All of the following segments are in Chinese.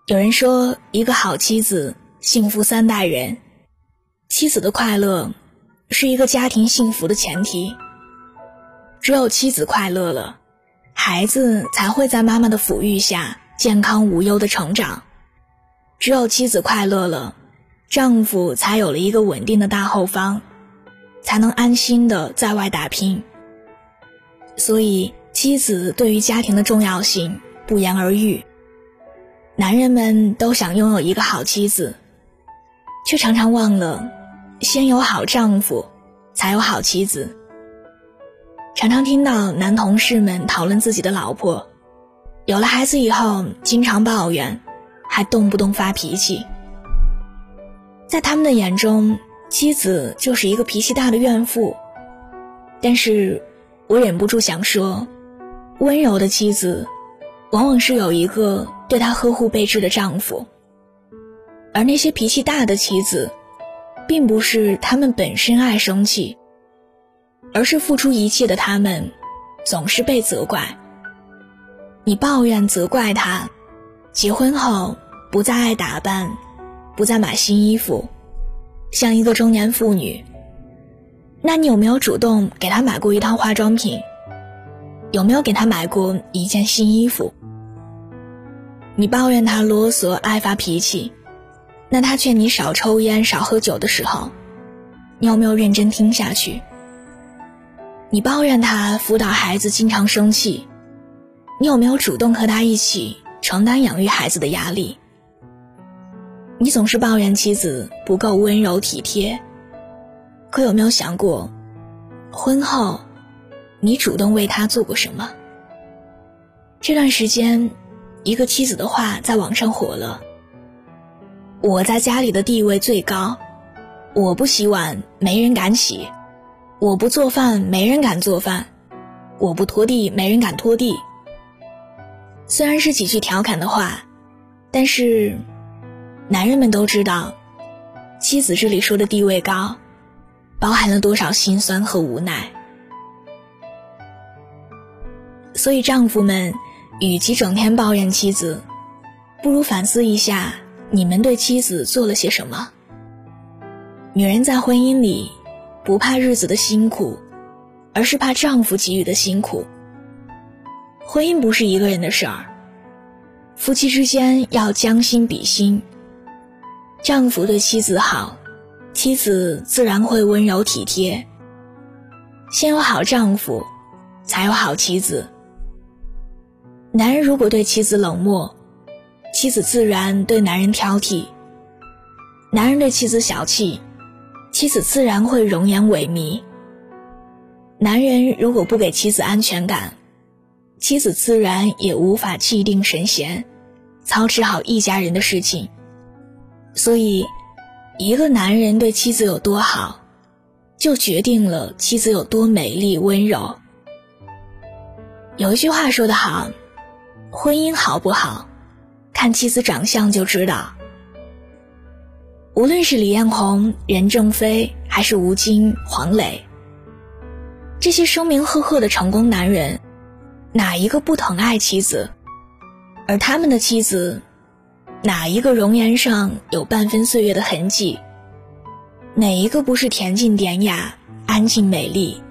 有人说，一个好妻子幸福3代人，妻子的快乐是一个家庭幸福的前提。只有妻子快乐了，孩子才会在妈妈的抚育下健康无忧的成长。只有妻子快乐了，丈夫才有了一个稳定的大后方，才能安心的在外打拼。所以妻子对于家庭的重要性不言而喻。男人们都想拥有一个好妻子，却常常忘了先有好丈夫才有好妻子。常常听到男同事们讨论自己的老婆，有了孩子以后经常抱怨，还动不动发脾气。在他们的眼中，妻子就是一个脾气大的怨妇。但是我忍不住想说，温柔的妻子往往是有一个对她呵护备至的丈夫，而那些脾气大的妻子，并不是她们本身爱生气，而是付出一切的她们总是被责怪。你抱怨责怪她，结婚后不再爱打扮，不再买新衣服，像一个中年妇女，那你有没有主动给她买过一套化妆品？有没有给她买过一件新衣服？你抱怨她啰嗦爱发脾气，那她劝你少抽烟少喝酒的时候，你有没有认真听下去？你抱怨她辅导孩子经常生气，你有没有主动和她一起承担养育孩子的压力？你总是抱怨妻子不够温柔体贴，可有没有想过，婚后你主动为她做过什么？这段时间，一个妻子的话在网上火了：我在家里的地位最高，我不洗碗没人敢洗，我不做饭没人敢做饭，我不拖地没人敢拖地。虽然是几句调侃的话，但是男人们都知道，妻子这里说的地位高，包含了多少心酸和无奈。所以丈夫们与其整天抱怨妻子，不如反思一下你们对妻子做了些什么。女人在婚姻里不怕日子的辛苦，而是怕丈夫给予的辛苦。婚姻不是一个人的事儿，夫妻之间要将心比心。丈夫对妻子好，妻子自然会温柔体贴。先有好丈夫，才有好妻子。男人如果对妻子冷漠，妻子自然对男人挑剔。男人对妻子小气，妻子自然会容颜萎靡。男人如果不给妻子安全感，妻子自然也无法气定神闲，操持好一家人的事情。所以，一个男人对妻子有多好，就决定了妻子有多美丽温柔。有一句话说得好，婚姻好不好，看妻子长相就知道。无论是李彦宏、任正非，还是吴京、黄磊，这些声名赫赫的成功男人，哪一个不疼爱妻子？而他们的妻子，哪一个容颜上有半分岁月的痕迹？哪一个不是恬静典雅、安静美丽？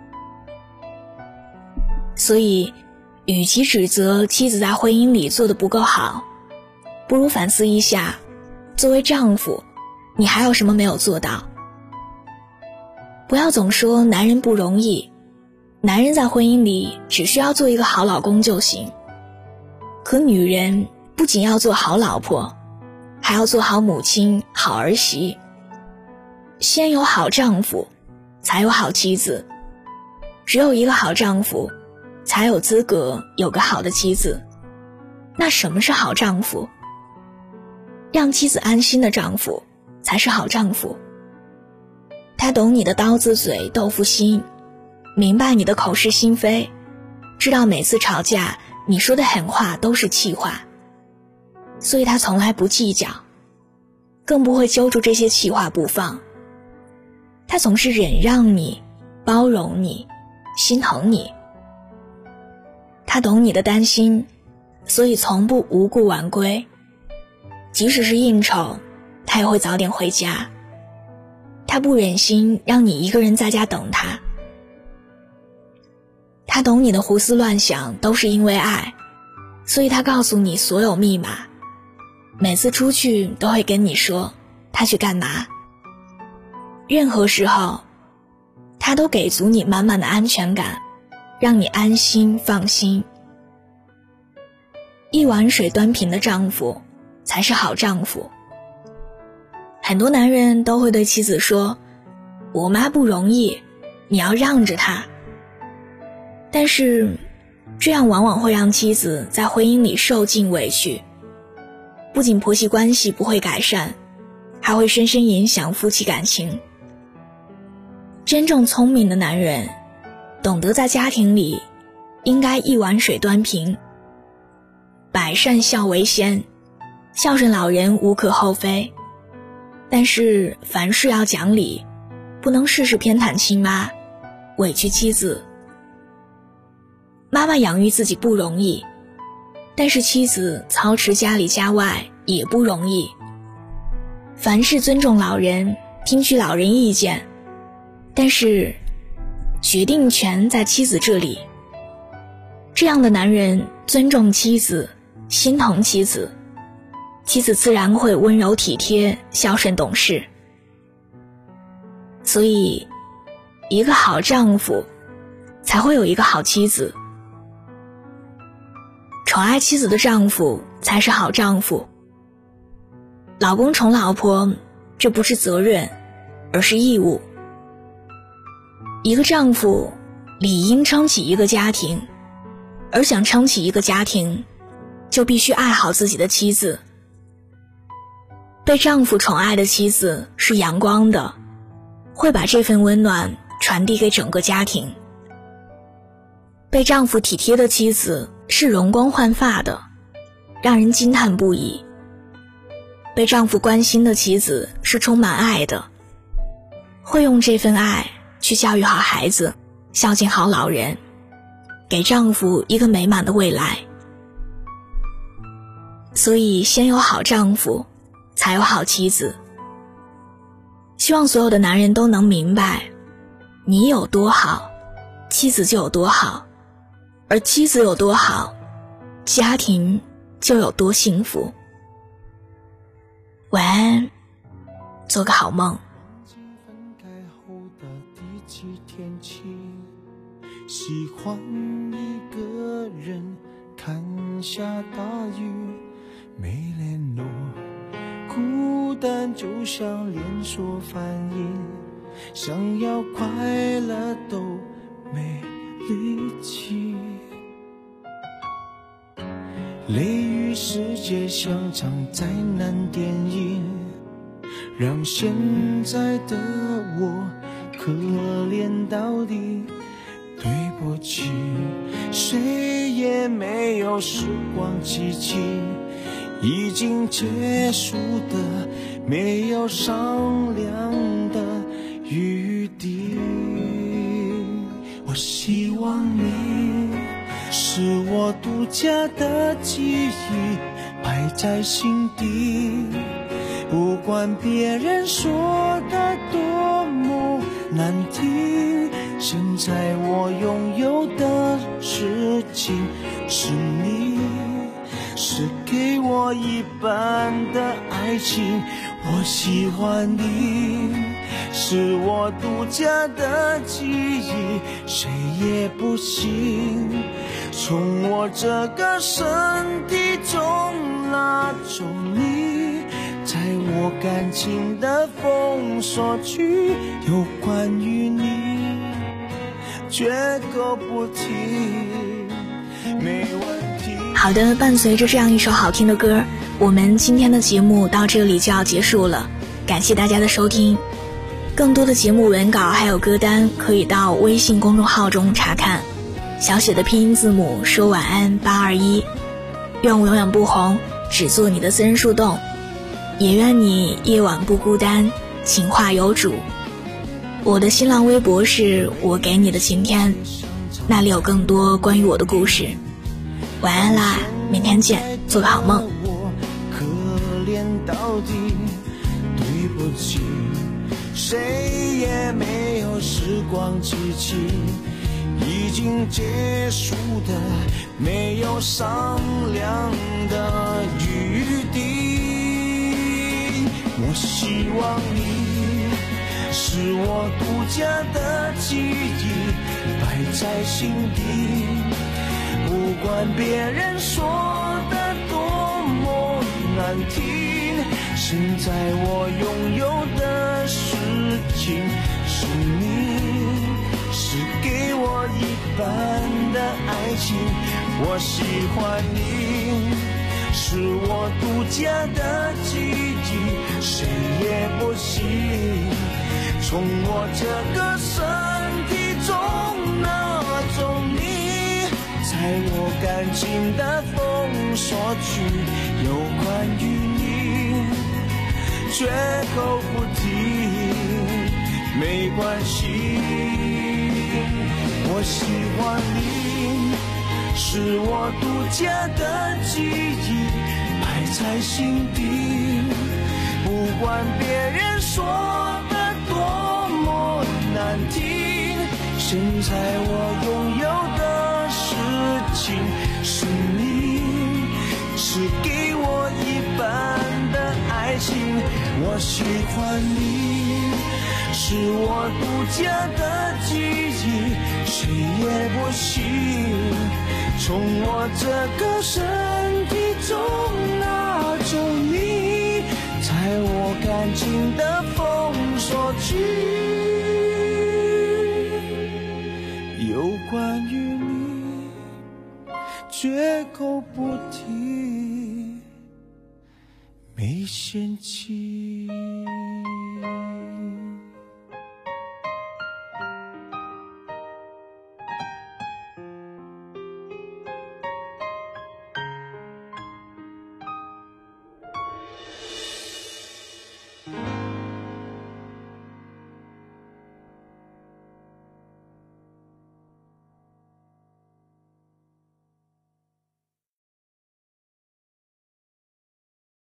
所以与其指责妻子在婚姻里做得不够好，不如反思一下，作为丈夫，你还有什么没有做到？不要总说男人不容易，男人在婚姻里只需要做一个好老公就行。可女人不仅要做好老婆，还要做好母亲、好儿媳。先有好丈夫，才有好妻子。只有一个好丈夫，才有资格有个好的妻子。那什么是好丈夫？让妻子安心的丈夫才是好丈夫。他懂你的刀子嘴豆腐心，明白你的口是心非，知道每次吵架你说的狠话都是气话，所以他从来不计较，更不会揪住这些气话不放。他总是忍让你，包容你，心疼你。他懂你的担心，所以从不无故晚归。 即使是应酬，他也会早点回家。他不忍心让你一个人在家等他。他懂你的胡思乱想都是因为爱，所以他告诉你所有密码，每次出去都会跟你说他去干嘛。任何时候他都给足你满满的安全感，让你安心放心。一碗水端平的丈夫才是好丈夫。很多男人都会对妻子说，我妈不容易，你要让着她。但是这样往往会让妻子在婚姻里受尽委屈，不仅婆媳关系不会改善，还会深深影响夫妻感情。真正聪明的男人懂得在家庭里应该一碗水端平，百善孝为先，孝顺老人无可厚非，但是凡事要讲理，不能事事偏袒亲妈，委屈妻子。妈妈养育自己不容易，但是妻子操持家里家外也不容易。凡事尊重老人，听取老人意见，但是决定权在妻子这里。这样的男人尊重妻子，心疼妻子，妻子自然会温柔体贴，孝顺懂事。所以一个好丈夫才会有一个好妻子。宠爱妻子的丈夫才是好丈夫。老公宠老婆，这不是责任，而是义务。一个丈夫理应撑起一个家庭，而想撑起一个家庭，就必须爱好自己的妻子。被丈夫宠爱的妻子是阳光的，会把这份温暖传递给整个家庭。被丈夫体贴的妻子是容光焕发的，让人惊叹不已。被丈夫关心的妻子是充满爱的，会用这份爱去教育好孩子，孝敬好老人，给丈夫一个美满的未来。所以先有好丈夫，才有好妻子。希望所有的男人都能明白，你有多好，妻子就有多好，而妻子有多好，家庭就有多幸福。晚安，做个好梦。 分开后的第几天起，喜欢一个人看下大雨，没联络，孤单就像连锁反应，想要快乐都没力气。雷雨世界像场灾难电影，让现在的我可怜到底。对不起，谁也没有时光机器，已经结束的没有商量的余地。我希望你是我独家的记忆，摆在心底，不管别人说的多么难听，现在我拥有的事情是你，是给我一半的爱情。我喜欢你，是我独家的记忆，谁也不行从我这个身体中拿走你。在我感情的封锁区，有关于你绝口不提，没问题。 好的，伴随着这样一首好听的歌，我们今天的节目到这里就要结束了，感谢大家的收听。更多的节目文稿还有歌单可以到微信公众号中查看，小写的拼音字母说晚安821。愿我永远不红，只做你的私人树洞，也愿你夜晚不孤单，情话有主。我的新浪微博是我给你的晴天，那里有更多关于我的故事。晚安啦，明天见，做个好梦。 可怜到底。对不起，谁也没有时光机器，已经结束的没有商量的余地。我希望你是我独家的记忆，摆在心底，不管别人说的多么难听，现在我拥有的事情是你，是给我一半的爱情。我喜欢你，是我独家的记忆，谁也不行从我这个身体中拿走你，在我感情的封锁区，有关于你绝口不提，没关系。我喜欢你，是我独家的记忆，摆在心底，不管别人说的多么难听，现在我拥有的事情是你，是给我一半的爱情。我喜欢你，是我独家的记忆，谁也不行从我这个身体中拿走你，在我感情的封锁区，有关于你绝口不提，没嫌弃。